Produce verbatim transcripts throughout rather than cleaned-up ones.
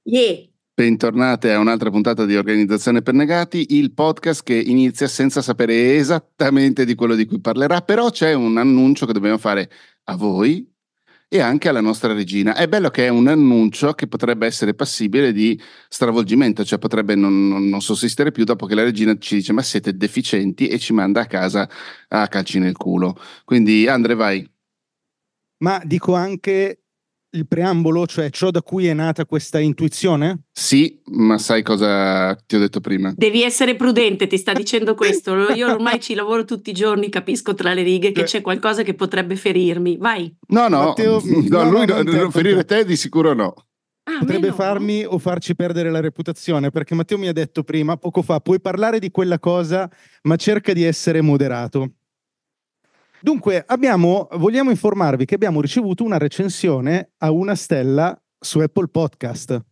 Yeah. Bentornate a un'altra puntata di Organizzazione per Negati, il podcast che inizia senza sapere esattamente di quello di cui parlerà, però c'è un annuncio che dobbiamo fare a voi e anche alla nostra regina. È bello che è un annuncio che potrebbe essere passibile di stravolgimento, cioè potrebbe non, non, non sussistere più dopo che la regina ci dice ma siete deficienti e ci manda a casa a calci nel culo. Quindi Andre, vai. Ma dico anche il preambolo, cioè ciò da cui è nata questa intuizione? Sì, ma sai cosa ti ho detto prima? Devi essere prudente, ti sta dicendo questo. Io ormai ci lavoro tutti i giorni, capisco tra le righe che c'è qualcosa che potrebbe ferirmi. Vai. No, no, Matteo, no, no, lui no, no, non te, ferire te. te di sicuro no. Ah, Potrebbe no? farmi o farci perdere la reputazione, perché Matteo mi ha detto prima, poco fa, puoi parlare di quella cosa, ma cerca di essere moderato. Dunque, abbiamo, vogliamo informarvi che abbiamo ricevuto una recensione a una stella su Apple Podcast.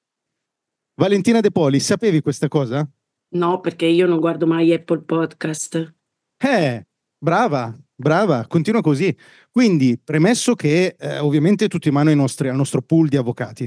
Valentina De Poli, sapevi questa cosa? No, perché io non guardo mai Apple Podcast. Eh, brava, brava, continua così. Quindi, premesso che eh, ovviamente è tutto in mano ai nostri, al nostro pool di avvocati,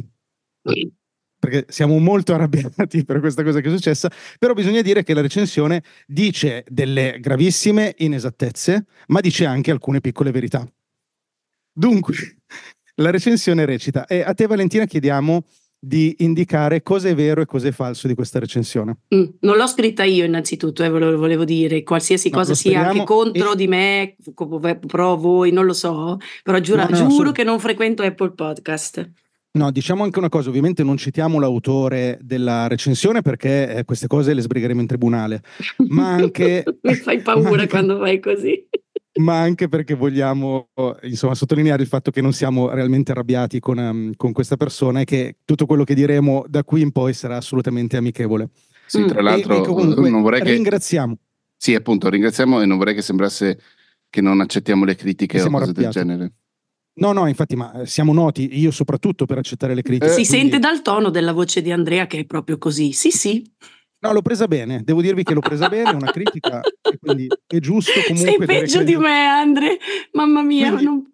perché siamo molto arrabbiati per questa cosa che è successa, però bisogna dire che la recensione dice delle gravissime inesattezze, ma dice anche alcune piccole verità. Dunque, la recensione recita, e a te Valentina chiediamo di indicare cosa è vero e cosa è falso di questa recensione. Mm, non l'ho scritta io innanzitutto, eh, volevo, volevo dire, qualsiasi No, cosa lo sia anche speriamo contro e- di me, pro voi, non lo so, però giura- No, no, giuro solo- che non frequento Apple Podcast. No, diciamo anche una cosa, ovviamente non citiamo l'autore della recensione perché eh, queste cose le sbrigheremo in tribunale, ma anche... Mi fai paura ma anche- quando fai così. ma anche perché vogliamo insomma sottolineare il fatto che non siamo realmente arrabbiati con, um, con questa persona e che tutto quello che diremo da qui in poi sarà assolutamente amichevole. Sì, tra Mm. l'altro E, e comunque non vorrei che... ringraziamo. Sì, appunto, ringraziamo e non vorrei che sembrasse che non accettiamo le critiche Che o siamo cose del arrabbiati. genere. No, no, infatti, ma eh, siamo noti, io soprattutto per accettare le critiche. Eh, Si quindi- sente dal tono della voce di Andrea che è proprio così. Sì, sì. No, l'ho presa bene, devo dirvi che l'ho presa bene, è una critica, e quindi è giusto Sei comunque dare peggio di credito. me, Andre. Mamma mia. Quindi- non-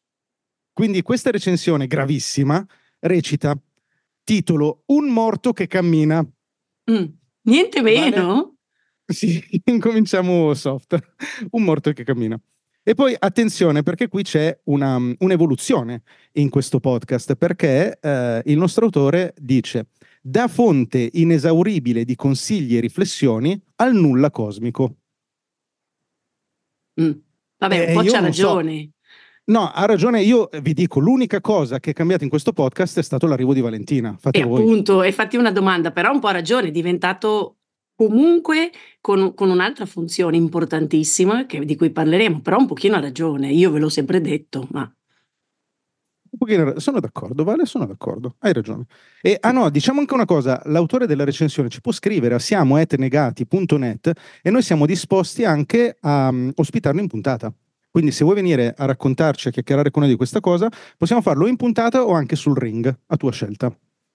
Quindi questa recensione gravissima recita, titolo, Un morto che cammina. Mm. Niente meno? Sì, incominciamo soft. Un morto che cammina. E poi attenzione perché qui c'è una, un'evoluzione in questo podcast, perché eh, il nostro autore dice da fonte inesauribile di consigli e riflessioni al nulla cosmico. Mm. Vabbè, un Eh, po' io c'ha non so. ragione. No, ha ragione, io vi dico, l'unica cosa che è cambiata in questo podcast è stato l'arrivo di Valentina. E Fatelo voi. appunto, e fatti una domanda, però ha un po' ragione, è diventato comunque con, con un'altra funzione importantissima che- di cui parleremo, però un pochino ha ragione, io ve l'ho sempre detto, ma Un pochino- sono d'accordo, Vale, sono d'accordo, hai ragione. E, ah no, diciamo anche una cosa, l'autore della recensione ci può scrivere a siamo at negati punto net e noi siamo disposti anche a um, ospitarlo in puntata. Quindi se vuoi venire a raccontarci, a chiacchierare con noi di questa cosa, possiamo farlo in puntata o anche sul ring, a tua scelta.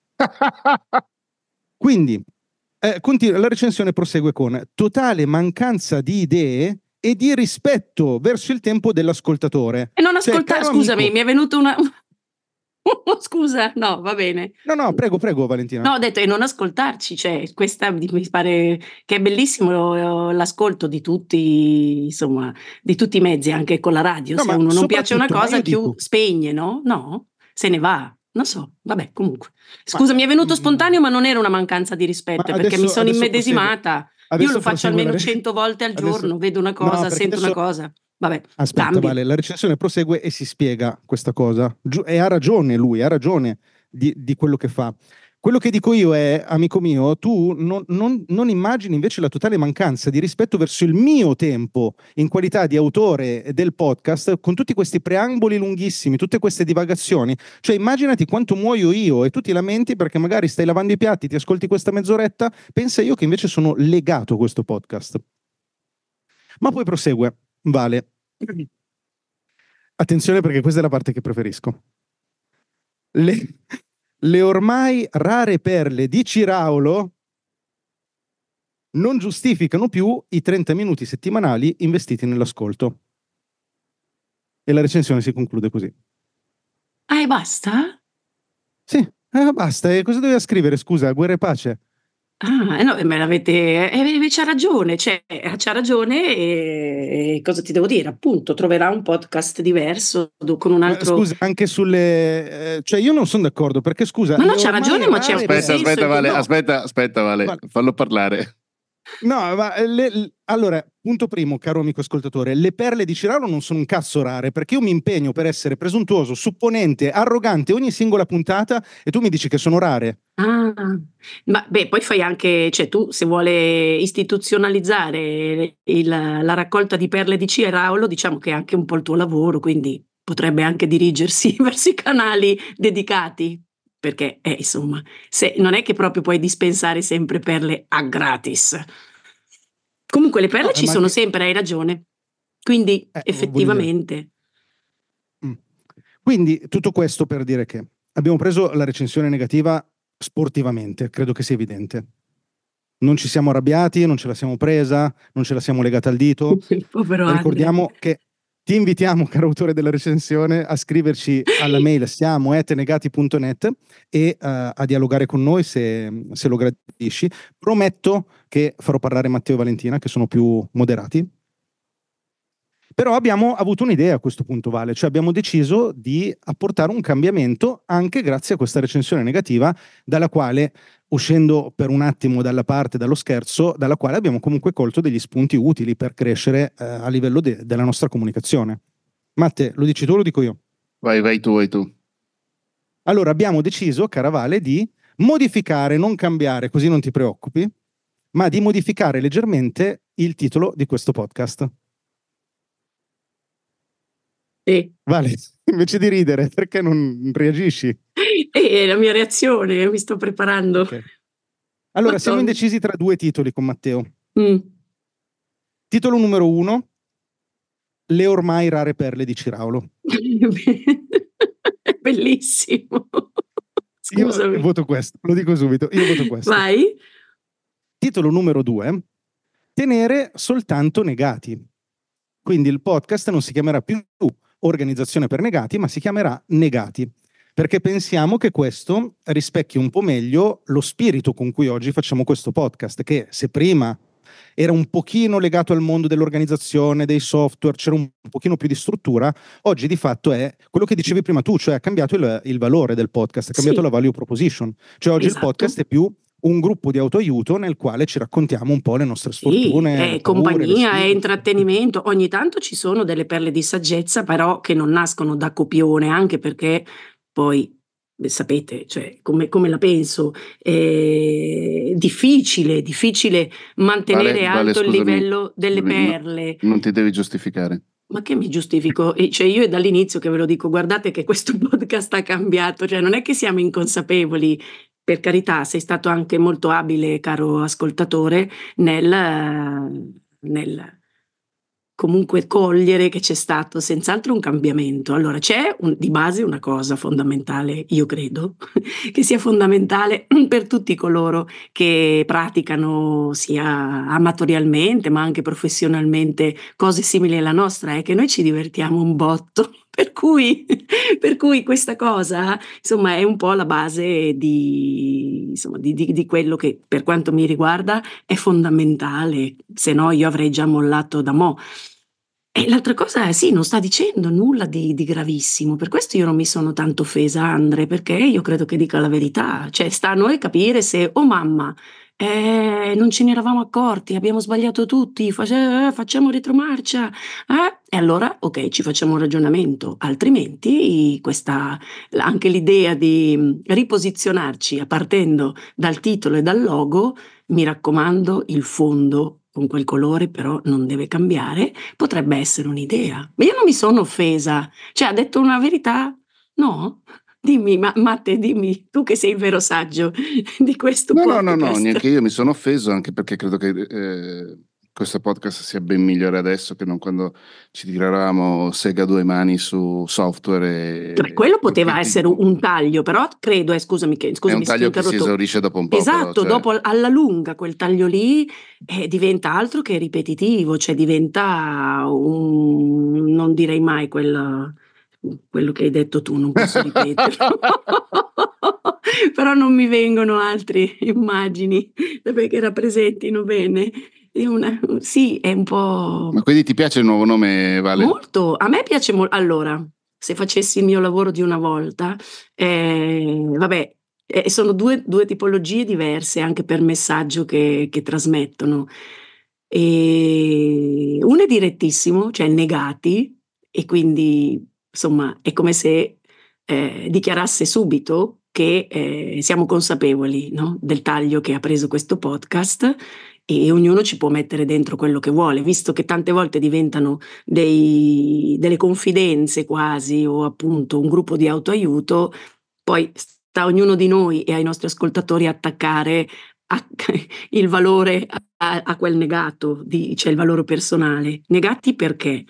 Quindi, eh, continua, la recensione prosegue con totale mancanza di idee e di rispetto verso il tempo dell'ascoltatore. e non Cioè, ascolta, caro scusami, amico- mi è venuto una scusa, no, va bene. No, no, prego, prego, Valentina. No, ho detto e non ascoltarci, cioè questa mi mi pare che è bellissimo eh, l'ascolto di tutti, insomma, di tutti i mezzi, anche con la radio. No, Se ma a uno non piace una soprattutto, ma cosa, io chiu- dico- spegne, no? No, se ne va. Non so, vabbè, comunque. Scusa, mi è venuto mm, spontaneo, ma non era una mancanza di rispetto, ma perché mi adesso- sono adesso immedesimata. Io Adesso lo faccio prosegue la almeno re- cento volte al adesso- giorno, vedo una No, cosa, perché sento adesso- una cosa. Vabbè, Aspetta, cambia. Vale, la recensione prosegue e si spiega questa cosa. Giu- e ha ragione lui, ha ragione di, di quello che fa. Quello che dico io è, amico mio, tu non, non- non immagini invece la totale mancanza di rispetto verso il mio tempo in qualità di autore del podcast, con tutti questi preamboli lunghissimi, tutte queste divagazioni. Cioè, immaginati quanto muoio io e tu ti lamenti perché magari stai lavando i piatti, ti ascolti questa mezz'oretta, pensa io che invece sono legato a questo podcast. Ma poi prosegue, Vale. Attenzione perché questa è la parte che preferisco. Le, le ormai rare perle di Ciraulo non giustificano più i trenta minuti settimanali investiti nell'ascolto. E la recensione si conclude così. Ah, e basta? Sì, Eh, basta, e cosa doveva scrivere, scusa? Guerra e pace? Ah, eh no, me l'avete eh, c'ha ragione, cioè, c'ha ragione e, e cosa ti devo dire? Appunto, troverà un podcast diverso do- con un Ma altro. scusa, anche sulle... eh, cioè io non sono d'accordo, perché scusa, No, no, le c'ha ormai ragione, ma c'è un rare... Aspetta, senso aspetta, in que- Vale, no. aspetta, aspetta, Vale, Vale. fallo parlare. No, ma le- le- allora, punto primo, caro amico ascoltatore, le perle di Ciraulo non sono un cazzo rare, perché io mi impegno per essere presuntuoso, supponente, arrogante ogni singola puntata e tu mi dici che sono rare. Ah, ma beh, poi fai anche, cioè tu se vuole istituzionalizzare il- la raccolta di perle di Ciraulo, diciamo che è anche un po' il tuo lavoro, quindi potrebbe anche dirigersi verso i canali dedicati, perché eh, insomma, se, non è che proprio puoi dispensare sempre perle a gratis. Comunque le perle No, ci ma sono che- sempre, hai ragione. Quindi eh, voglio dire. effettivamente. Mm. Quindi tutto questo per dire che abbiamo preso la recensione negativa sportivamente, credo che sia evidente. Non ci siamo arrabbiati, non ce la siamo presa, non ce la siamo legata al dito. Il povero Andre. Ricordiamo che ti invitiamo, caro autore della recensione, a scriverci alla mail siamo at negati punto net e uh, a dialogare con noi se, se lo gradisci. Prometto che farò parlare Matteo e Valentina, che sono più moderati. Però abbiamo avuto un'idea a questo punto, Vale, cioè abbiamo deciso di apportare un cambiamento anche grazie a questa recensione negativa, dalla quale, uscendo per un attimo dalla parte, dallo scherzo, dalla quale abbiamo comunque colto degli spunti utili per crescere eh, a livello de- della nostra comunicazione. Matte, lo dici tu o lo dico io? Vai, vai tu, vai tu. Allora abbiamo deciso, cara Vale, di modificare, non cambiare, così non ti preoccupi, ma di modificare leggermente il titolo di questo podcast. Sì. Vale, invece di ridere, perché non reagisci? E la mia reazione, mi sto preparando. Okay. Allora, siamo Madonna. indecisi tra due titoli con Matteo. Mm. Titolo numero uno, le ormai rare perle di Ciraulo. È bellissimo. Scusami. Io voto questo, lo dico subito, io voto questo. Vai. Titolo numero due, tenere soltanto negati. Quindi il podcast non si chiamerà più Organizzazione per Negati, ma si chiamerà Negati, perché pensiamo che questo rispecchi un po' meglio lo spirito con cui oggi facciamo questo podcast, che se prima era un pochino legato al mondo dell'organizzazione, dei software, c'era un pochino più di struttura, oggi di fatto è quello che dicevi prima tu, cioè ha cambiato il, il valore del podcast, ha cambiato Sì. la value proposition, cioè oggi Esatto. il podcast è più un gruppo di autoaiuto nel quale ci raccontiamo un po' le nostre sfortune, Sì, è le paure, compagnia, le è sfide. intrattenimento. Ogni tanto ci sono delle perle di saggezza, però che non nascono da copione, anche perché poi, beh, sapete, cioè, come, come la penso, è difficile, difficile mantenere Vale, Vale, alto il scusami, livello delle scusami, no, perle. non ti devi giustificare. Ma che mi giustifico? E cioè io è dall'inizio che ve lo dico, guardate che questo podcast ha cambiato, cioè non è che siamo inconsapevoli, per carità, sei stato anche molto abile, caro ascoltatore, nel, nel comunque cogliere che c'è stato senz'altro un cambiamento. Allora c'è un, di base una cosa fondamentale, io credo, che sia fondamentale per tutti coloro che praticano sia amatorialmente ma anche professionalmente cose simili alla nostra, è che noi ci divertiamo un botto. Per cui, per cui questa cosa, insomma, è un po' la base di, insomma, di, di, di quello che, per quanto mi riguarda, è fondamentale, se no io avrei già mollato da mo'. E l'altra cosa è, sì, non sta dicendo nulla di, di gravissimo, per questo io non mi sono tanto offesa, Andre, perché io credo che dica la verità, cioè sta a noi capire se, oh mamma, eh, non ce ne eravamo accorti, abbiamo sbagliato tutti, face- eh, facciamo retromarcia, eh? E allora, ok, ci facciamo un ragionamento, altrimenti questa, anche l'idea di mh, riposizionarci a partendo dal titolo e dal logo, mi raccomando, il fondo con quel colore però non deve cambiare, potrebbe essere un'idea. Ma io non mi sono offesa, cioè ha detto una verità? No? Dimmi, ma, Matte, dimmi, tu che sei il vero saggio di questo No, no, podcast. no, no, neanche io mi sono offeso, anche perché credo che eh, questo podcast sia ben migliore adesso che non quando ci tiravamo sega a due mani su software. E, Cioè, quello poteva che- essere un taglio, però credo, eh, scusami, che, è scusami un se ti ho taglio che si interrotto. esaurisce dopo un po'. Esatto, però, cioè, dopo alla lunga quel taglio lì eh, diventa altro che ripetitivo, cioè diventa un, non direi mai quel, quello che hai detto tu, non posso ripeterlo. Però non mi vengono altre immagini che rappresentino bene. È una, sì, è un po'... Ma quindi ti piace il nuovo nome, Vale? Molto, a me piace molto. Allora, se facessi il mio lavoro di una volta, eh, vabbè, eh, sono due, due tipologie diverse anche per messaggio che, che trasmettono. E uno è direttissimo, cioè negati, e quindi insomma è come se eh, dichiarasse subito che eh, siamo consapevoli, no, del taglio che ha preso questo podcast, e ognuno ci può mettere dentro quello che vuole, visto che tante volte diventano dei, delle confidenze quasi, o appunto un gruppo di autoaiuto. Poi sta ognuno di noi e ai nostri ascoltatori attaccare a, il valore a, a quel negato, di, cioè il valore personale. Negati perché?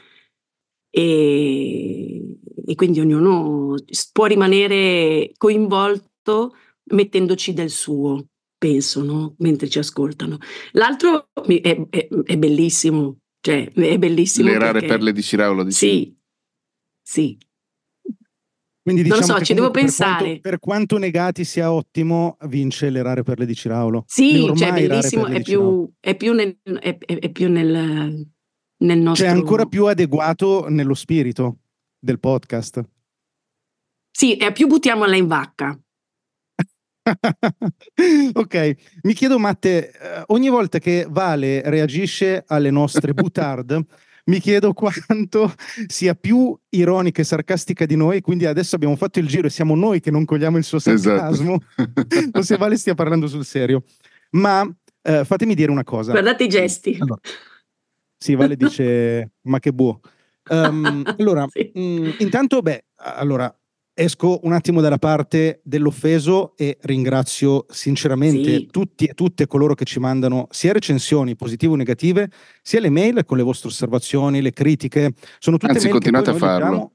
E, e quindi ognuno può rimanere coinvolto mettendoci del suo, penso, no? Mentre ci ascoltano. L'altro è, è, è bellissimo, cioè è bellissimo. Le rare perché, perle di Ciraulo, dici? Sì, sì. Quindi diciamo non lo so, che ci devo per pensare. Quanto, per quanto negati sia ottimo, vince le rare perle di Ciraulo. Sì, le cioè ormai rare bellissimo, perle è di Ciraulo. più, è più nel, è, è- è più nel, nel nostro... Cioè ancora più adeguato nello spirito del podcast. Sì, è più buttiamola in vacca. Ok, mi chiedo, Matte, eh, ogni volta che Vale reagisce alle nostre boutade, mi chiedo quanto sia più ironica e sarcastica di noi, quindi adesso abbiamo fatto il giro e siamo noi che non cogliamo il suo sarcasmo, Esatto. o se Vale stia parlando sul serio. Ma eh, fatemi dire una cosa. Guardate i gesti. Allora, sì, Vale dice, ma che buo. Um, allora, Sì. mh, intanto, beh, allora, esco un attimo dalla parte dell'offeso e ringrazio sinceramente Sì. tutti e tutte coloro che ci mandano sia recensioni positive o negative, sia le mail con le vostre osservazioni, le critiche. Sono tutte Anzi, mail che poi continuate a noi farlo. leggiamo.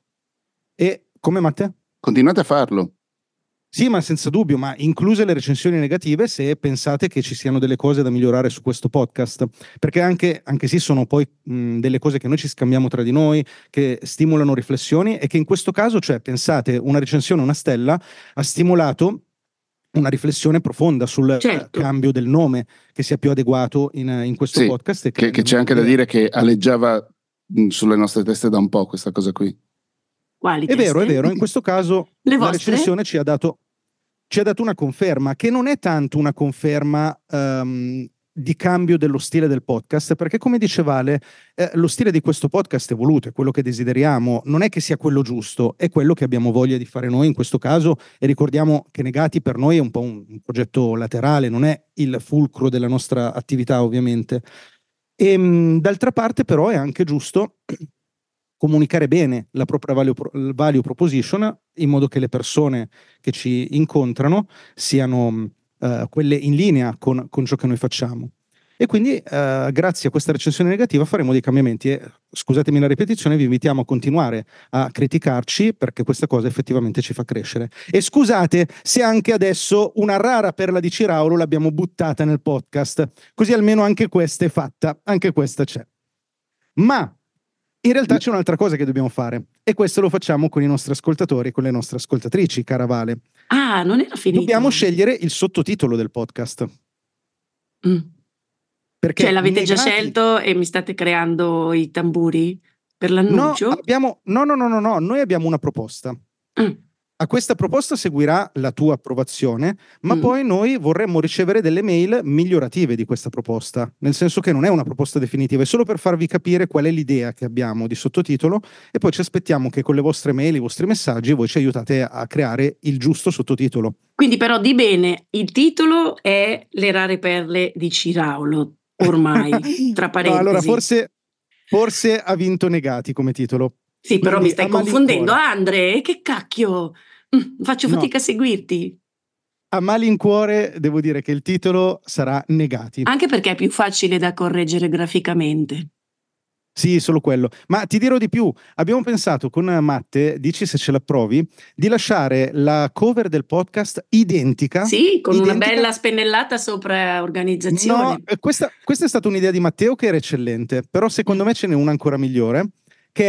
E come, Matteo? Continuate a farlo. Sì, ma senza dubbio, ma incluse le recensioni negative se pensate che ci siano delle cose da migliorare su questo podcast, perché anche, anche sì sono poi mh, delle cose che noi ci scambiamo tra di noi, che stimolano riflessioni, e che in questo caso, cioè pensate, una recensione, una stella, ha stimolato una riflessione profonda sul Certo. eh, cambio del nome, che sia più adeguato in, in questo Sì, podcast. E che, che c'è anche da dire che aleggiava mh, sulle nostre teste da un po' questa cosa qui. Quali È vero, è teste? vero, in questo caso Le la vostre? recensione ci ha dato, ci ha dato una conferma, che non è tanto una conferma um, di cambio dello stile del podcast, perché come dice Vale, eh, lo stile di questo podcast è voluto, è quello che desideriamo, non è che sia quello giusto, è quello che abbiamo voglia di fare noi in questo caso, e ricordiamo che Negati per noi è un po' un, un progetto laterale, non è il fulcro della nostra attività ovviamente. E mh, d'altra parte però è anche giusto comunicare bene la propria value, value proposition, in modo che le persone che ci incontrano siano uh, quelle in linea con, con ciò che noi facciamo. E quindi uh, grazie a questa recensione negativa faremo dei cambiamenti e, scusatemi la ripetizione, vi invitiamo a continuare a criticarci, perché questa cosa effettivamente ci fa crescere. E scusate se anche adesso una rara perla di Ciraulo l'abbiamo buttata nel podcast, così almeno anche questa è fatta, anche questa c'è. Ma in realtà c'è un'altra cosa che dobbiamo fare, e questo lo facciamo con i nostri ascoltatori e con le nostre ascoltatrici, cara Vale. Ah, non era finito. Dobbiamo scegliere il sottotitolo del podcast. Mm. Perché cioè l'avete negati... già scelto e mi state creando i tamburi per l'annuncio? No, abbiamo... no, no, no, no, no, noi abbiamo una proposta. Mm. A questa proposta seguirà la tua approvazione, ma Mm. poi noi vorremmo ricevere delle mail migliorative di questa proposta, nel senso che non è una proposta definitiva, è solo per farvi capire qual è l'idea che abbiamo di sottotitolo, e poi ci aspettiamo che con le vostre mail, i vostri messaggi, voi ci aiutate a creare il giusto sottotitolo. Quindi però di bene, il titolo è Le rare perle di Ciraulo, ormai, tra parentesi. No, allora forse, forse ha vinto Negati come titolo. Sì, però Quindi, mi stai a confondendo, malincuore. Andre, che cacchio! Mm, faccio No. fatica a seguirti. A malincuore devo dire che il titolo sarà Negati. Anche perché è più facile da correggere graficamente. Sì, solo quello. Ma ti dirò di più, abbiamo pensato con Matte, dici se ce l'approvi, di lasciare la cover del podcast identica. Sì, con identica... una bella spennellata sopra organizzazione. No, questa, questa è stata un'idea di Matteo che era eccellente, però secondo me ce n'è una ancora migliore, che è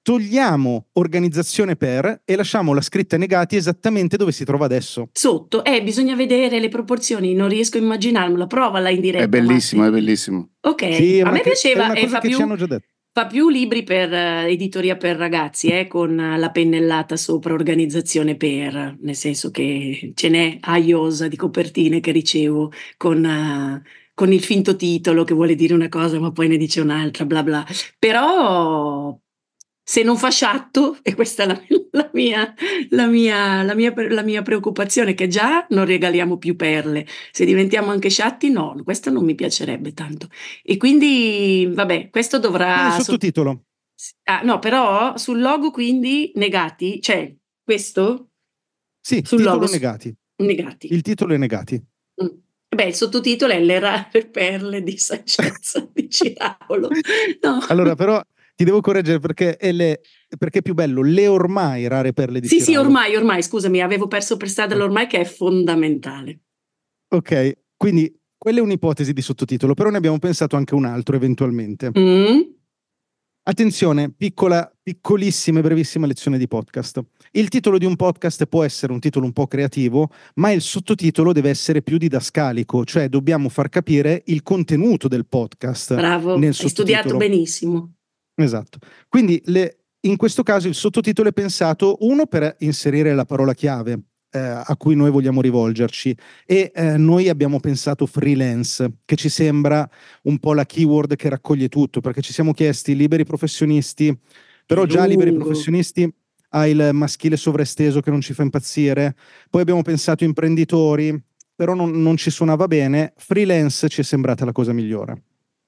togliamo organizzazione per e lasciamo la scritta negati esattamente dove si trova adesso. Sotto, eh, bisogna vedere le proporzioni, non riesco a immaginarmela, provala in diretta. È bellissimo, Matte. è bellissimo. Ok, Sì, a me è piaceva una e cosa fa che più, ci hanno già detto. fa più libri per eh, editoria per ragazzi, eh, con la pennellata sopra organizzazione per, nel senso che ce n'è a iosa di copertine che ricevo con... eh, con il finto titolo che vuole dire una cosa ma poi ne dice un'altra, bla bla. Però se non fa sciatto, e questa è la, la mia, la, mia, la, mia, la mia preoccupazione, che già non regaliamo più perle, se diventiamo anche sciatti no, questo non mi piacerebbe tanto. E quindi, vabbè, questo dovrà... Quindi sottotitolo. Ah, no, però sul logo quindi negati, cioè questo? Sì, Sul titolo logo, negati. negati. Il titolo è negati. Mm. Beh, il sottotitolo è Le rare perle di saggezza di Ciraulo. No. Allora, però ti devo correggere perché è, le, perché è più bello le ormai rare perle di Sì, Ciraulo. sì, ormai, ormai, scusami, avevo perso per strada l'ormai che è fondamentale. Ok, quindi quella è un'ipotesi di sottotitolo, però ne abbiamo pensato anche un altro eventualmente. Mm. Attenzione, piccola, piccolissima e brevissima lezione di podcast. Il titolo di un podcast può essere un titolo un po' creativo, ma il sottotitolo deve essere più didascalico, cioè dobbiamo far capire il contenuto del podcast. Bravo, nel hai studiato sottotitolo. benissimo. Esatto. Quindi le, in questo caso il sottotitolo è pensato, uno, per inserire la parola chiave eh, a cui noi vogliamo rivolgerci, e eh, noi abbiamo pensato freelance, che ci sembra un po' la keyword che raccoglie tutto, perché ci siamo chiesti liberi professionisti, però già liberi professionisti ha il maschile sovraesteso che non ci fa impazzire, poi abbiamo pensato imprenditori, però non, non ci suonava bene, freelance ci è sembrata la cosa migliore.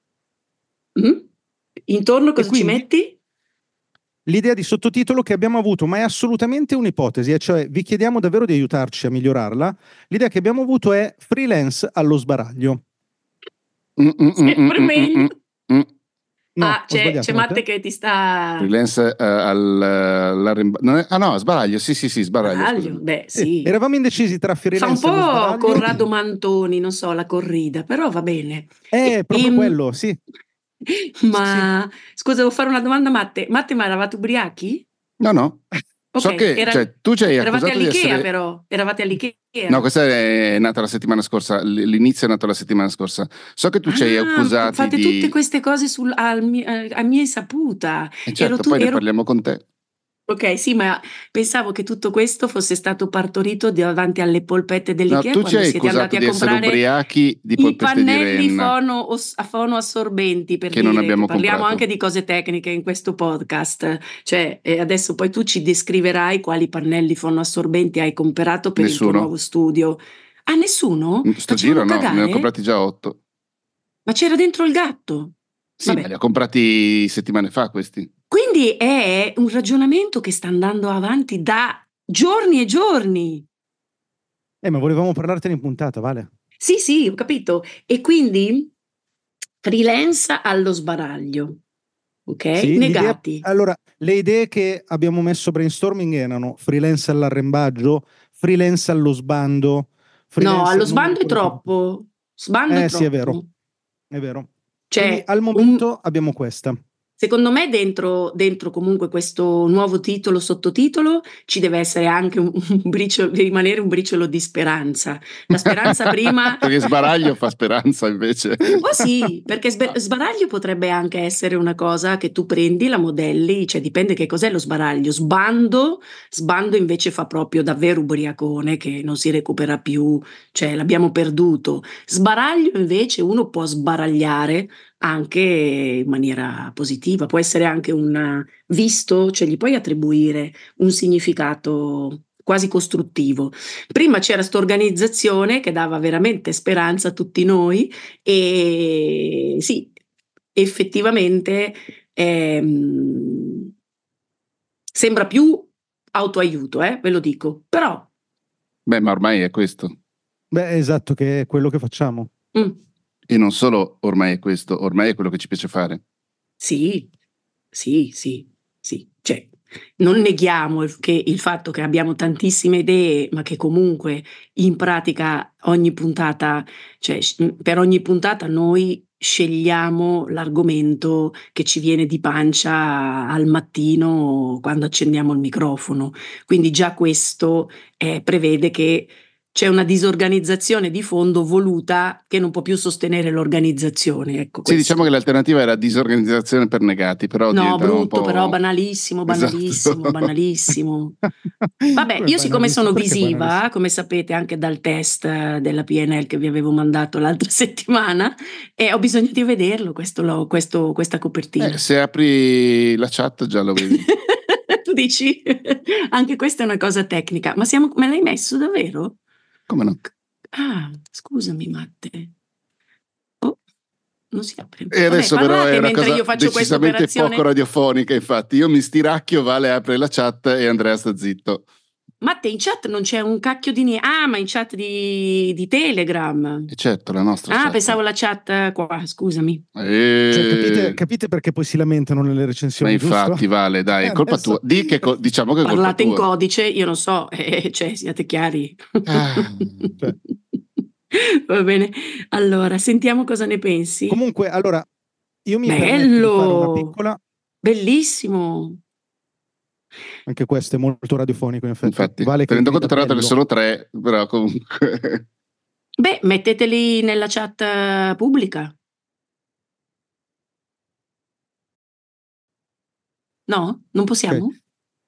Mm. Intorno cosa quindi, ci metti? L'idea di sottotitolo che abbiamo avuto, ma è assolutamente un'ipotesi, cioè vi chiediamo davvero di aiutarci a migliorarla. L'idea che abbiamo avuto è freelance allo sbaraglio. Sempre meglio. No, ah, c'è, c'è Matte che ti sta... Freelance uh, al... Uh, non è... Ah no, sbaraglio, sì sì sì, sbaraglio. Sbaraglio, beh sì. Eh, eravamo indecisi tra freelance Fa un allo po' sbaraglio... Corrado Mantoni, non so, la corrida, però va bene. Eh, e, proprio e, quello, sì. Ma, sì, sì. Scusa, devo fare una domanda a Matte. Matte, ma eravate ubriachi? No, no. Ok, so che era... cioè, tu ci hai eravate accusato all'Ikea, di essere... però. Eravate all'Ikea. No, questa è nata la settimana scorsa, l'inizio è nato la settimana scorsa. So che tu ah, ci hai accusati fate di... tutte queste cose sul, al, a mia insaputa. E certo, ero tu, poi ne ero... parliamo con te. Ok, sì, ma pensavo che tutto questo fosse stato partorito davanti alle polpette dell'Ikea no, tu ci quando hai siete andati accusato a di essere comprare ubriachi di i polpette di pannelli renna fono, a fono assorbenti, per che dire non abbiamo che parliamo comprato. anche di cose tecniche in questo podcast. Cioè, eh, adesso poi tu ci descriverai quali pannelli fono assorbenti hai comprato per Nessuno. il tuo nuovo studio. Ah, nessuno? Sto Facevano giro no, cagare? ne ho comprati già otto. Ma c'era dentro il gatto? Sì, Vabbè. ma li ho comprati settimane fa questi. Quindi è un ragionamento che sta andando avanti da giorni e giorni. Eh, ma volevamo parlartene in puntata, Vale? Sì, sì, ho capito. E quindi freelance allo sbaraglio, ok? Sì, Negati. Allora, le idee che abbiamo messo brainstorming erano freelance all'arrembaggio, freelance allo sbando. No, allo non sbando è ricordo più. troppo. Sbando Eh è sì, è troppo. vero, è vero. Cioè, Quindi al un- momento abbiamo questa. Secondo me dentro, dentro comunque questo nuovo titolo, sottotitolo, ci deve essere anche un, un briciolo, deve rimanere un briciolo di speranza. La speranza prima... Perché sbaraglio fa speranza invece. Oh sì, perché sbe- sbaraglio potrebbe anche essere una cosa che tu prendi, la modelli, cioè dipende che cos'è lo sbaraglio. Sbando, sbando invece fa proprio davvero ubriacone che non si recupera più, cioè l'abbiamo perduto. Sbaraglio invece uno può sbaragliare anche in maniera positiva, può essere anche un visto, cioè gli puoi attribuire un significato quasi costruttivo. Prima c'era sta organizzazione che dava veramente speranza a tutti noi e sì, effettivamente ehm, sembra più autoaiuto, eh, ve lo dico, però... Beh, ma ormai è questo. Beh, esatto, che è quello che facciamo. Mm. E non solo ormai è questo, ormai è quello che ci piace fare. Sì, sì, sì, sì. Cioè, non neghiamo il, che il fatto che abbiamo tantissime idee, ma che comunque in pratica ogni puntata, cioè per ogni puntata noi scegliamo l'argomento che ci viene di pancia al mattino quando accendiamo il microfono. Quindi già questo eh, prevede che c'è una disorganizzazione di fondo voluta che non può più sostenere l'organizzazione. Ecco, sì, questo. diciamo che l'alternativa era disorganizzazione per negati, però no, brutto, un po'... però banalissimo, banalissimo, esatto. banalissimo. Vabbè, Come io siccome sono banalissimo? Perché visiva, banalissimo? come sapete anche dal test della P N L che vi avevo mandato l'altra settimana, e ho bisogno di vederlo questo, lo- questo- questa copertina. Eh, se apri la chat già lo vedi. Tu dici? Anche questa è una cosa tecnica, ma siamo, me l'hai messo davvero? Come no? Ah, scusami Matte. Oh, non si apre. E adesso Vabbè, però parlate è una mentre cosa io faccio questa decisamente operazione. poco radiofonica, infatti. Io mi stiracchio, Vale apre la chat e Andrea sta zitto. Matte, in chat non c'è un cacchio di niente. Ah, ma in chat di, di Telegram. E certo, la nostra Ah, chat. pensavo la chat qua, scusami. E... Cioè, capite, capite perché poi si lamentano nelle recensioni, Ma infatti, giusto? Vale, dai, è colpa Adesso- tua. Di che co- diciamo che è colpa Parlate in tua. codice, io non so, eh, cioè siate chiari. Ah, cioè. Va bene, allora sentiamo cosa ne pensi. Comunque, allora, io mi permetto di fare una Bello, piccola... bellissimo. Anche questo è molto radiofonico, in effetti. infatti, Vale che tenendo conto grida tra l'altro che bello. sono tre, però comunque... Beh, metteteli nella chat eh, pubblica. No? Non possiamo? Ok.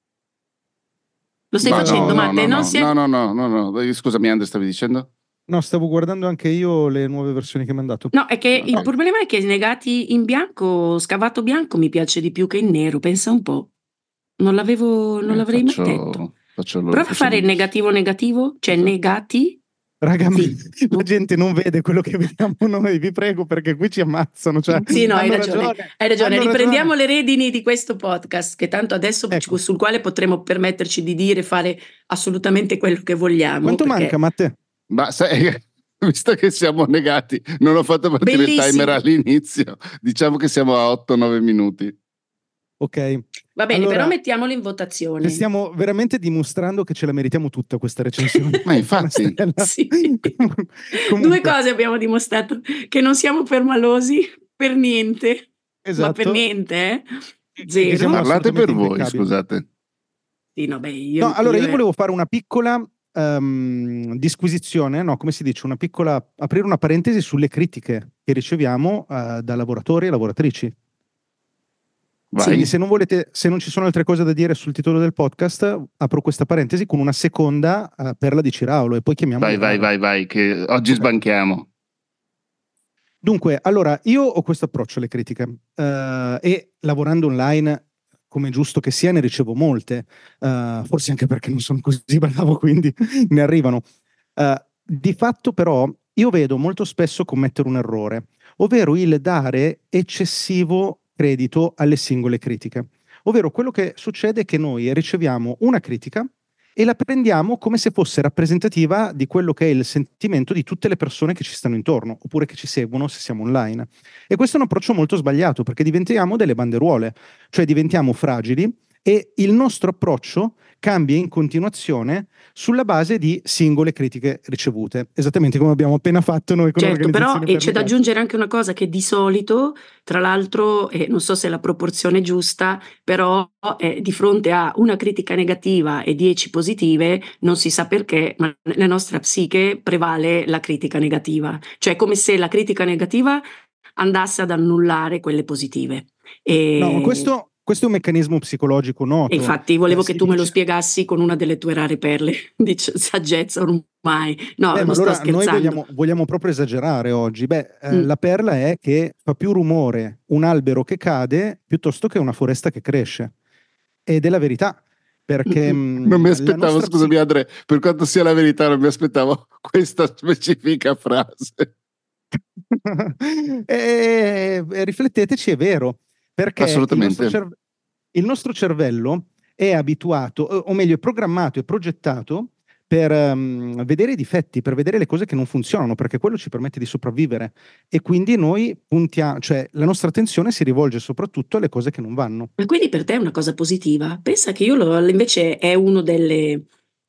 Lo stai Ma facendo, no, no, Matte? no, Non no, si è- no, no, no, no, no. Scusami, Andre, stavi dicendo? No, stavo guardando anche io le nuove versioni che mi hanno dato. No, è che il No. problema è che negati in bianco, scavato bianco mi piace di più che in nero, pensa un po'. Non l'avevo, non Eh, l'avrei faccio, mai detto. faccio lo, Prova a facciamo- fare il negativo negativo, cioè Esatto. negati. Raga, ma Sì. la gente non vede quello che vediamo noi, vi prego, perché qui ci ammazzano. Cioè, Sì, no, hai hanno ragione, hai ragione. hanno Riprendiamo ragione. le redini di questo podcast, che tanto adesso Ecco. sul quale potremo permetterci di dire e fare assolutamente quello che vogliamo. Quanto perché- manca, Matte? Ma sai, visto che siamo negati, non ho fatto partire Bellissimo. il timer all'inizio, diciamo che siamo a otto nove minuti. Ok. Va bene, Allora, però mettiamolo in votazione. stiamo veramente dimostrando che ce la meritiamo tutta questa recensione. Ma infatti. Sì. Comunque- Due cose abbiamo dimostrato, che non siamo permalosi per niente, Esatto. ma per niente, eh? E che Zero. siamo Parlate per assolutamente voi, impeccabili. scusate. Sì, no, beh, io, No, allora io io- volevo fare una piccola ehm, disquisizione, no, come si dice, una piccola, aprire una parentesi sulle critiche che riceviamo eh, da lavoratori e lavoratrici. Vai. Quindi se non volete, se non ci sono altre cose da dire sul titolo del podcast, apro questa parentesi con una seconda eh, perla di Ciraulo e poi chiamiamo. Vai, vai, vai, vai, che oggi Ok. sbanchiamo. Dunque, allora, io ho questo approccio alle critiche eh, e lavorando online, come è giusto che sia, ne ricevo molte, eh, forse anche perché non sono così bravo, quindi ne arrivano. Eh, di fatto però io vedo molto spesso commettere un errore, ovvero il dare eccessivo credito alle singole critiche. Ovvero quello che succede è che noi riceviamo una critica e la prendiamo come se fosse rappresentativa di quello che è il sentimento di tutte le persone che ci stanno intorno, oppure che ci seguono se siamo online. E questo è un approccio molto sbagliato, perché diventiamo delle banderuole, cioè diventiamo fragili e il nostro approccio cambia in continuazione sulla base di singole critiche ricevute, esattamente come abbiamo appena fatto noi con Certo, però l'organizzazione eh, c'è da per aggiungere anche una cosa che di solito, tra l'altro, eh, non so se la proporzione è giusta, però eh, di fronte a una critica negativa e dieci positive, non si sa perché, ma nella nostra psiche prevale la critica negativa. Cioè è come se la critica negativa andasse ad annullare quelle positive. E... No, ma questo, questo è un meccanismo psicologico noto. E infatti volevo Eh, che si tu me lo dice- spiegassi con una delle tue rare perle di c- saggezza ormai. No, Beh, non ma sto allora scherzando. noi vogliamo, vogliamo proprio esagerare oggi. Beh, eh, Mm. la perla è che fa più rumore un albero che cade piuttosto che una foresta che cresce. Ed è la verità, perché Mm-mm. mh, Non mi la aspettavo, nostra scusami psi- Andre, per quanto sia la verità, non mi aspettavo questa specifica frase. e, e rifletteteci, è vero, perché il Assolutamente. nostro, cerve- il nostro cervello è abituato, o o meglio, è programmato e progettato per um, vedere i difetti, per vedere le cose che non funzionano, perché quello ci permette di sopravvivere. E quindi noi puntiamo, cioè la nostra attenzione si rivolge soprattutto alle cose che non vanno. Ma quindi per te è una cosa positiva? Pensa che io lo, invece è uno delle,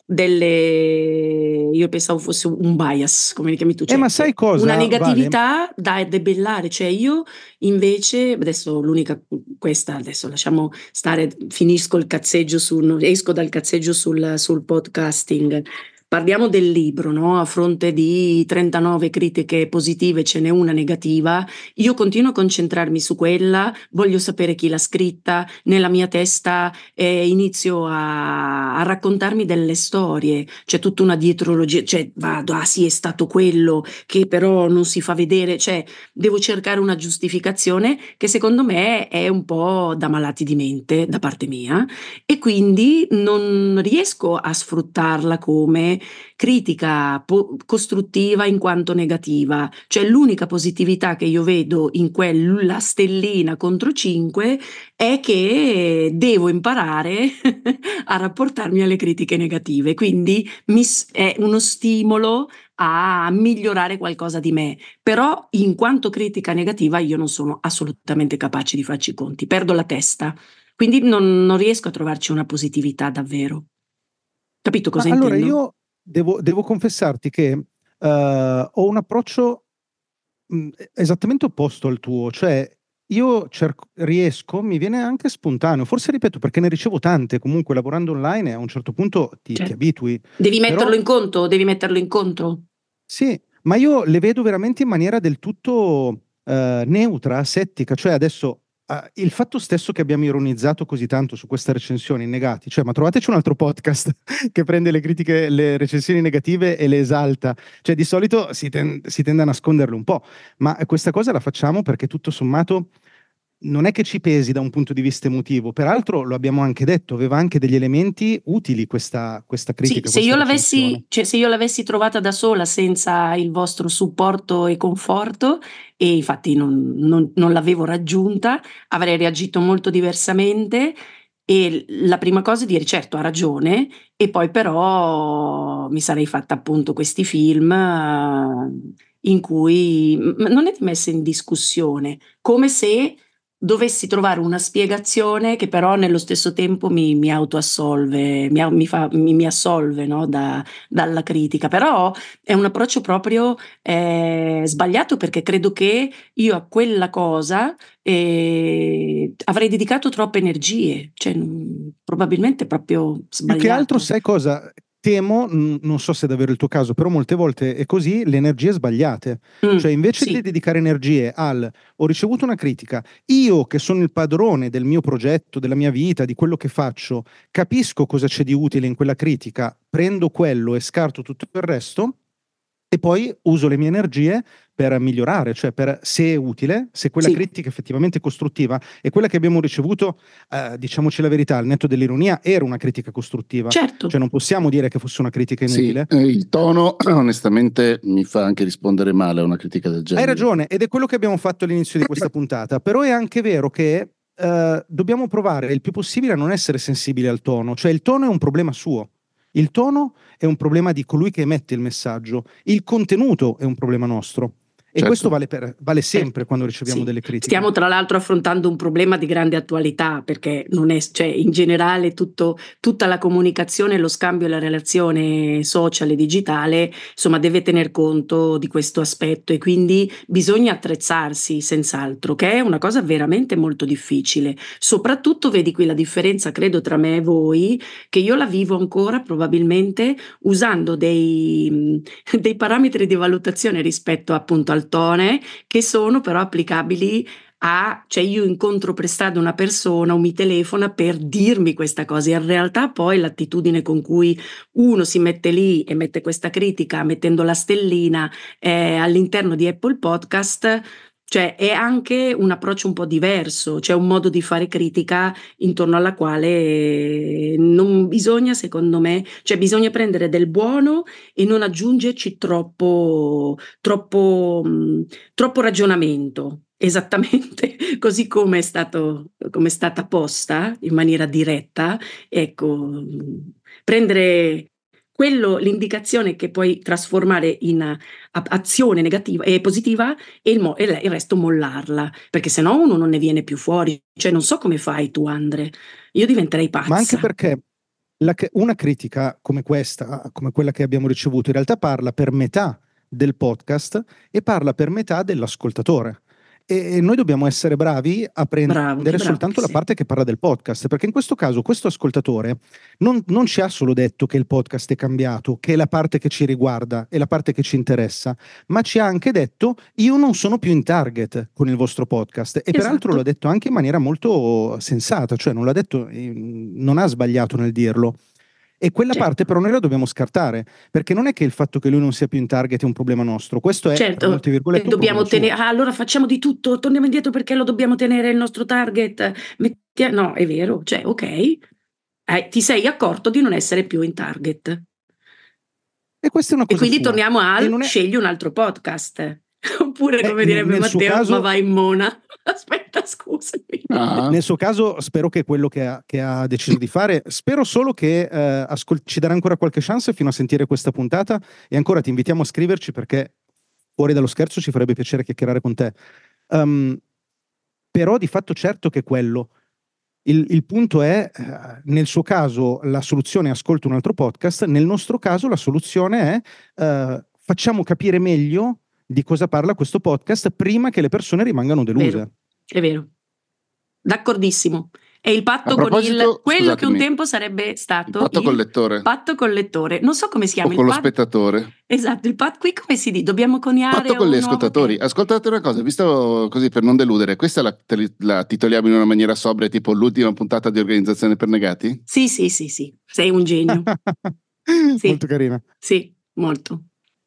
delle io pensavo fosse un bias, come li chiami tu, Eh, cioè ma sai una cosa, Vale? negatività da debellare, cioè io invece, adesso l'unica, questa adesso lasciamo stare, finisco il cazzeggio sul, esco dal cazzeggio sul, sul podcasting. Parliamo del libro, no? A fronte di trentanove critiche positive ce n'è una negativa, io continuo a concentrarmi su quella, voglio sapere chi l'ha scritta, nella mia testa eh, inizio a, a raccontarmi delle storie, c'è tutta una dietrologia, cioè vado, ah sì è stato quello che però non si fa vedere, cioè devo cercare una giustificazione che secondo me è un po' da malati di mente da parte mia e quindi non riesco a sfruttarla come critica po- costruttiva in quanto negativa, cioè l'unica positività che io vedo in quella stellina contro cinque è che devo imparare a rapportarmi alle critiche negative, quindi mi s- è uno stimolo a migliorare qualcosa di me, però in quanto critica negativa io non sono assolutamente capace di farci i conti, perdo la testa, quindi non, non riesco a trovarci una positività davvero. Capito Ma cosa allora intendo? io devo, devo confessarti che eh, ho un approccio mh, esattamente opposto al tuo, cioè io cerco, riesco, mi viene anche spontaneo, forse ripeto perché ne ricevo tante, comunque lavorando online a un certo punto ti, ti Certo. abitui, Devi metterlo però in conto, devi metterlo in conto. sì, ma io le vedo veramente in maniera del tutto eh, neutra, asettica, cioè adesso eh, il fatto stesso che abbiamo ironizzato così tanto su questa recensione in negati, cioè ma trovateci un altro podcast che prende le critiche, le recensioni negative e le esalta, cioè di solito si, ten- si tende a nasconderle un po', ma questa cosa la facciamo perché tutto sommato non è che ci pesi da un punto di vista emotivo, peraltro lo abbiamo anche detto, aveva anche degli elementi utili questa, questa Sì, critica, se questa io recensione. l'avessi, cioè se io l'avessi trovata da sola senza il vostro supporto e conforto, e infatti non, non- non l'avevo raggiunta, avrei reagito molto diversamente. E la prima cosa è dire certo ha ragione, e poi però mi sarei fatta appunto questi film eh, in cui m- non è messa in discussione, come se dovessi trovare una spiegazione che però nello stesso tempo mi, mi autoassolve, mi, mi, fa, mi, mi assolve, no, da- dalla critica. Però è un approccio proprio eh, sbagliato, perché credo che io a quella cosa eh, avrei dedicato troppe energie, cioè mm, probabilmente proprio Più che altro, sbagliato. sai cosa? Temo, mh, non so se è davvero il tuo caso, però molte volte è così, le energie sbagliate. Mm, Cioè, invece di sì, dedicare energie al ho ricevuto una critica, io che sono il padrone del mio progetto, della mia vita, di quello che faccio, capisco cosa c'è di utile in quella critica, prendo quello e scarto tutto il resto. E poi uso le mie energie per migliorare, cioè per se è utile, se quella sì, critica effettivamente costruttiva e quella che abbiamo ricevuto, eh, diciamoci la verità, al netto dell'ironia, era una critica costruttiva. certo. Cioè non possiamo dire che fosse una critica Sì, inutile. eh, il tono onestamente mi fa anche rispondere male a una critica del Hai genere. ragione, ed è quello che abbiamo fatto all'inizio di questa puntata, però è anche vero che eh, dobbiamo provare il più possibile a non essere sensibili al tono, cioè il tono è un problema suo. Il tono è un problema di colui che emette il messaggio, il contenuto è un problema nostro. E questo Certo. vale, per, vale sempre Certo, quando riceviamo sì. delle critiche. Stiamo tra l'altro affrontando un problema di grande attualità, perché non è, cioè, in generale tutto, tutta la comunicazione, lo scambio e la relazione social e digitale, insomma, deve tener conto di questo aspetto, e quindi bisogna attrezzarsi senz'altro, che è una cosa veramente molto difficile. Soprattutto vedi qui la differenza, credo, tra me e voi, che io la vivo ancora probabilmente usando dei, dei parametri di valutazione rispetto appunto al tone, che sono però applicabili a, cioè io incontro per strada una persona o mi telefona per dirmi questa cosa, in realtà poi l'attitudine con cui uno si mette lì e mette questa critica mettendo la stellina eh, all'interno di Apple Podcast, cioè è anche un approccio un po' diverso, c'è un modo di fare critica intorno alla quale non bisogna, secondo me, cioè bisogna prendere del buono e non aggiungerci troppo, troppo, mh, troppo ragionamento. Esattamente così come è stato, come è stata posta in maniera diretta, ecco, mh, prendere quello l'indicazione che puoi trasformare in a azione negativa e positiva e il mo e il il resto mollarla, perché se no uno non ne viene più fuori. Cioè non so come fai tu Andre, io diventerei Ma anche pazza. perché la c una critica come questa, come quella che abbiamo ricevuto, in realtà parla per metà del podcast e parla per metà dell'ascoltatore. E e noi dobbiamo essere bravi a Bravo, che prendere bravo soltanto che la sei. parte che parla del podcast, perché in questo caso questo ascoltatore non non ci ha solo detto che il podcast è cambiato, che è la parte che ci riguarda, è la parte che ci interessa, ma ci ha anche detto: "Io non sono più in target con il vostro podcast", e peraltro l'ha Esatto. detto anche in maniera molto sensata, cioè non l'ha detto ehm, non ha sbagliato nel dirlo. E quella parte Certo. però noi la dobbiamo scartare, perché non è che il fatto che lui non sia più in target è un problema nostro, questo è, tra Certo, molte e virgolette, un dobbiamo problema tene suo. ah, allora facciamo di tutto, torniamo indietro perché lo dobbiamo tenere il nostro target, mettia no, è vero, cioè okay, hai ti sei accorto di non essere più in target. E questa è una E cosa quindi sua. torniamo E al non è scegli un altro podcast. Oppure beh, come ne direbbe nel suo Matteo: "Ma caso vai in mona". Aspetta scusami. Ah. nel suo caso spero che quello che ha che ha deciso di fare spero solo che, ehm, ascol ci darà ancora qualche chance fino a sentire questa puntata, e ancora ti invitiamo a scriverci perché, fuori dallo scherzo, ci farebbe piacere chiacchierare con te. Uhm, però di fatto certo che è quello. Il il punto è, ehm, nel suo caso la soluzione è ascolta un altro podcast, nel nostro caso la soluzione è, ehm, facciamo capire meglio di cosa parla questo podcast prima che le persone rimangano Vero, deluse. è vero. D'accordissimo. È il A patto con il proposito, quello che un scusatemi, tempo sarebbe il stato patto col il lettore patto col lettore. Non so come si o chiama il con lo pat spettatore? esatto, il pat qui come si di dobbiamo Patto coniare con gli un nuovo ascoltatori. term Ascoltate una cosa, visto così per non deludere, questa la, te li- la titoliamo in una maniera sobria, tipo l'ultima puntata di Organizzazione per Negati? Sì, sì, sì, sì, sei un genio. Molto Sì, carina. sì, molto.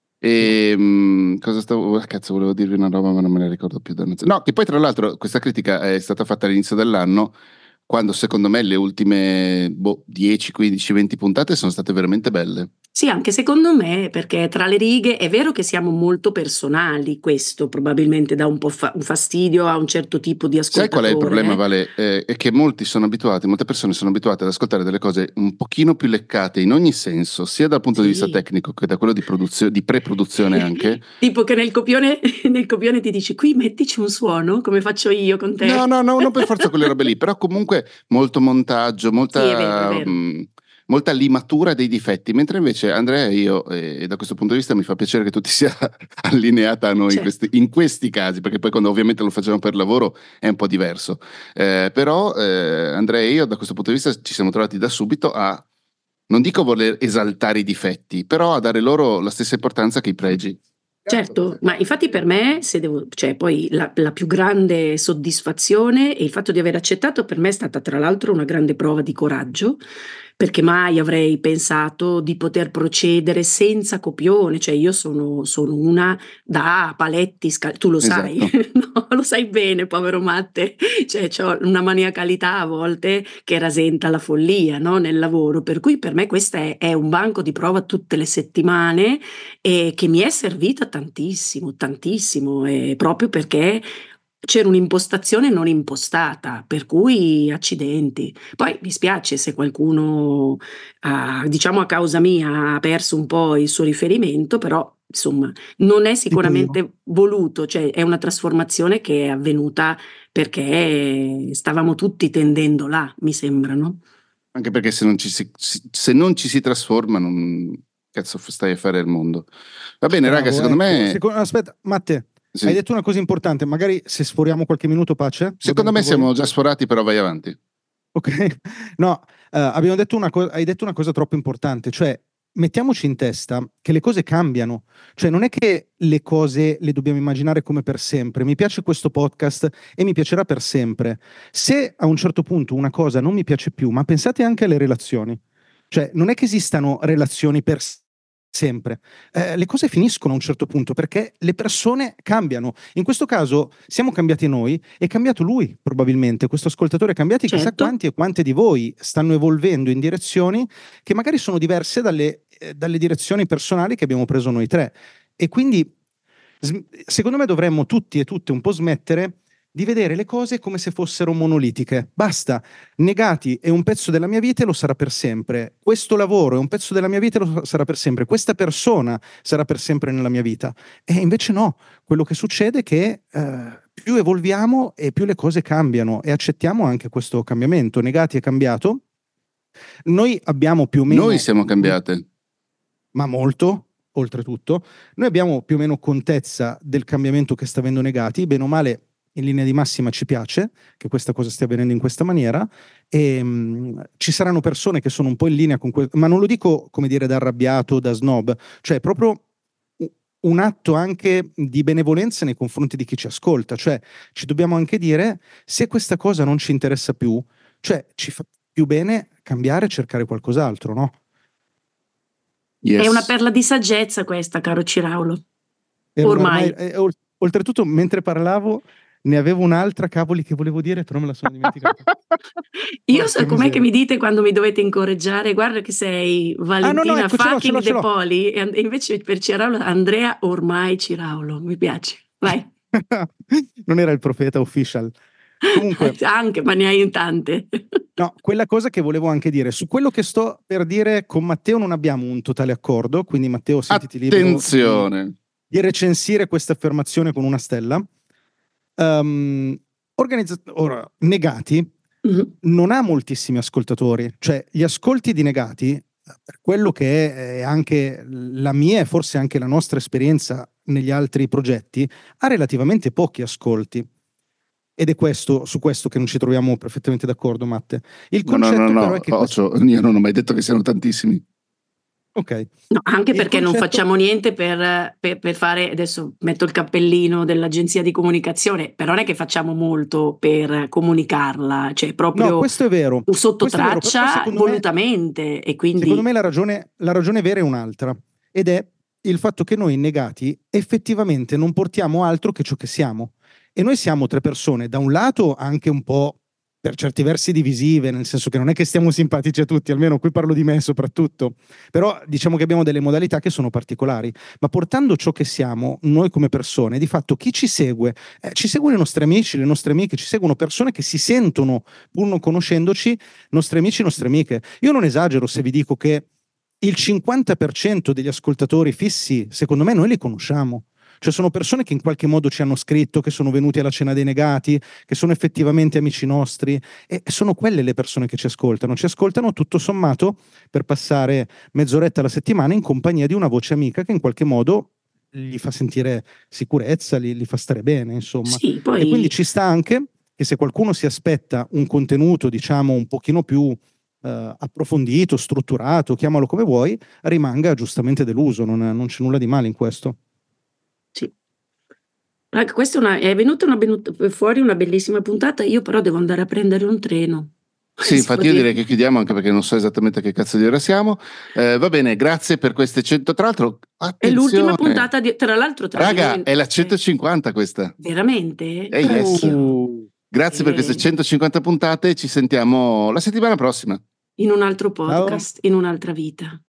E mh, cosa stavo. ah, Cazzo, volevo dirvi una roba, ma non me ne ricordo più. dannazio. No, che poi, tra l'altro, questa critica è stata fatta all'inizio dell'anno, quando secondo me le ultime boh, dieci, quindici, venti puntate sono state veramente belle. Sì, anche secondo me, perché tra le righe è vero che siamo molto personali, questo probabilmente dà un po' fa un fastidio a un certo tipo di Sai qual è il ascoltatore, problema, eh. Vale? Eh, è che molti sono abituati, molte persone sono abituate ad ascoltare delle cose un pochino più leccate in ogni senso, sia dal punto di vista Sì. tecnico che da quello di produzione, di pre-produzione anche. Tipo che nel copione nel copione ti dici: "Qui mettici un suono, come faccio io con No, te". no, no, non per forza quelle robe lì, però comunque molto montaggio, Sì, è vero, è molta, vero. mh, molta limatura dei difetti, mentre invece Andrea e io, e, e da questo punto di vista mi fa piacere che tu ti sia allineata a noi in Certo. questi, in questi casi, perché poi quando ovviamente lo facciamo per lavoro è un po' diverso. Eh, però eh, Andrea e io da questo punto di vista ci siamo trovati da subito a, non dico voler esaltare i difetti, però a dare loro la stessa importanza che i pregi. Certo, ma infatti per me se devo cioè poi la la più grande soddisfazione e il fatto di aver accettato per me è stata tra l'altro una grande prova di coraggio, perché mai avrei pensato di poter procedere senza copione, cioè io sono sono una da paletti sca tu lo sai, Esatto. no, lo sai bene povero Matte, cioè c'ho una maniacalità a volte che rasenta la follia, no, nel lavoro, per cui per me questa è è un banco di prova tutte le settimane e che mi è servita tantissimo, tantissimo, ehm, proprio perché c'era un'impostazione non impostata, per cui accidenti. Poi mi spiace se qualcuno ha diciamo a causa mia, ha perso un po' il suo riferimento, però insomma non è Tipo io. sicuramente voluto, cioè è una trasformazione che è avvenuta perché stavamo tutti tendendo là, mi sembra, no? Anche perché se non ci si, si- se non ci si trasforma, non cazzo stai a fare il mondo. Va bene, raga, Bravo, secondo ecco. me Seco aspetta, Matte, hai sì. detto una cosa importante, magari se sforiamo qualche minuto pace? Va bene Secondo me per voi? siamo già sforati, però vai avanti. Ok, no, eh, abbiamo detto una cosa, hai detto una cosa troppo importante, cioè mettiamoci in testa che le cose cambiano, cioè non è che le cose le dobbiamo immaginare come per sempre. Mi piace questo podcast e mi piacerà per sempre. Se a un certo punto una cosa non mi piace più, ma pensate anche alle relazioni, cioè non è che esistano relazioni per s- sempre. Eh, le cose finiscono a un certo punto perché le persone cambiano. In questo caso siamo cambiati noi, è cambiato lui probabilmente, questo ascoltatore è cambiato, chissà Certo. quanti e quante di voi stanno evolvendo in direzioni che magari sono diverse dalle, eh, dalle direzioni personali che abbiamo preso noi tre. E quindi sm- secondo me dovremmo tutti e tutte un po' smettere di vedere le cose come se fossero monolitiche. Basta, Negati è un pezzo della mia vita e lo sarà per sempre. Questo lavoro è un pezzo della mia vita e lo sarà per sempre. Questa persona sarà per sempre nella mia vita. E invece no, quello che succede è che eh, più evolviamo e più le cose cambiano e accettiamo anche questo cambiamento. Negati è cambiato. Noi abbiamo più o meno... Noi siamo cambiate. Ma molto, oltretutto. Noi abbiamo più o meno contezza del cambiamento che sta avendo Negati, bene o male in linea di massima ci piace che questa cosa stia avvenendo in questa maniera e mh, ci saranno persone che sono un po' in linea con questo, ma non lo dico come dire da arrabbiato, da snob, cioè proprio un atto anche di benevolenza nei confronti di chi ci ascolta, cioè ci dobbiamo anche dire se questa cosa non ci interessa più, cioè ci fa più bene cambiare e cercare qualcos'altro, no? Yes. È una perla di saggezza questa, caro Ciraulo. Ormai. ormai eh, oltretutto, mentre parlavo, ne avevo un'altra, cavoli, che volevo dire, però me la sono dimenticata. Io so com'è che mi dite quando mi dovete incorreggiare, guarda che sei Valentina ah, no, no, ecco, fucking De Poli, e invece per Ciraulo Andrea ormai Ciraulo, mi piace. Vai. Non era il profeta official. Comunque, anche, ma ne hai tante. No, quella cosa che volevo anche dire, su quello che sto per dire con Matteo non abbiamo un totale accordo, quindi Matteo sentiti libero Attenzione. Di, di recensire questa affermazione con una stella. Um, organizza- ora, Negati mm-hmm. non ha moltissimi ascoltatori, cioè gli ascolti di Negati, per quello che è anche la mia e forse anche la nostra esperienza negli altri progetti, ha relativamente pochi ascolti. Ed è questo, su questo che non ci troviamo perfettamente d'accordo, Matte. Il concetto no, no, no, però no. è che Ocio, questo... io non ho mai detto che siano tantissimi. Ok. No, anche il perché concetto... non facciamo niente per, per, per fare, adesso metto il cappellino dell'agenzia di comunicazione, però non è che facciamo molto per comunicarla, cioè proprio no, questo è vero. sotto traccia, vero, volutamente. Me, e quindi... Secondo me la ragione, la ragione vera è un'altra, ed è il fatto che noi Negati effettivamente non portiamo altro che ciò che siamo. E noi siamo tre persone, da un lato anche un po' per certi versi divisive, nel senso che non è che stiamo simpatici a tutti, almeno qui parlo di me soprattutto, però diciamo che abbiamo delle modalità che sono particolari, ma portando ciò che siamo, noi come persone, di fatto chi ci segue? Eh, ci seguono i nostri amici, le nostre amiche, ci seguono persone che si sentono, pur non conoscendoci, nostri amici, nostre amiche. Io non esagero se vi dico che il cinquanta per cento degli ascoltatori fissi, secondo me, noi li conosciamo. Cioè sono persone che in qualche modo ci hanno scritto, che sono venuti alla cena dei Negati, che sono effettivamente amici nostri, e sono quelle le persone che ci ascoltano. Ci ascoltano tutto sommato per passare mezz'oretta alla settimana in compagnia di una voce amica che in qualche modo gli fa sentire sicurezza, li, li fa stare bene, insomma. Sì, poi... E quindi ci sta anche che se qualcuno si aspetta un contenuto, diciamo, un pochino più Uh, approfondito, strutturato, chiamalo come vuoi, rimanga giustamente deluso, non, non c'è nulla di male in questo. Sì. Questa è, una, è venuta una, fuori una bellissima puntata, io però devo andare a prendere un treno. Sì, infatti io direi che chiudiamo anche perché non so esattamente che cazzo di ora siamo. Eh, va bene, grazie per queste cento. Tra l'altro, attenzione. È l'ultima puntata, di, tra l'altro. Tra Raga, noi... è la centocinquanta questa. Veramente? Eh, yes. uh. Grazie eh. per queste centocinquanta puntate, ci sentiamo la settimana prossima. In un altro podcast, Ciao. In un'altra vita.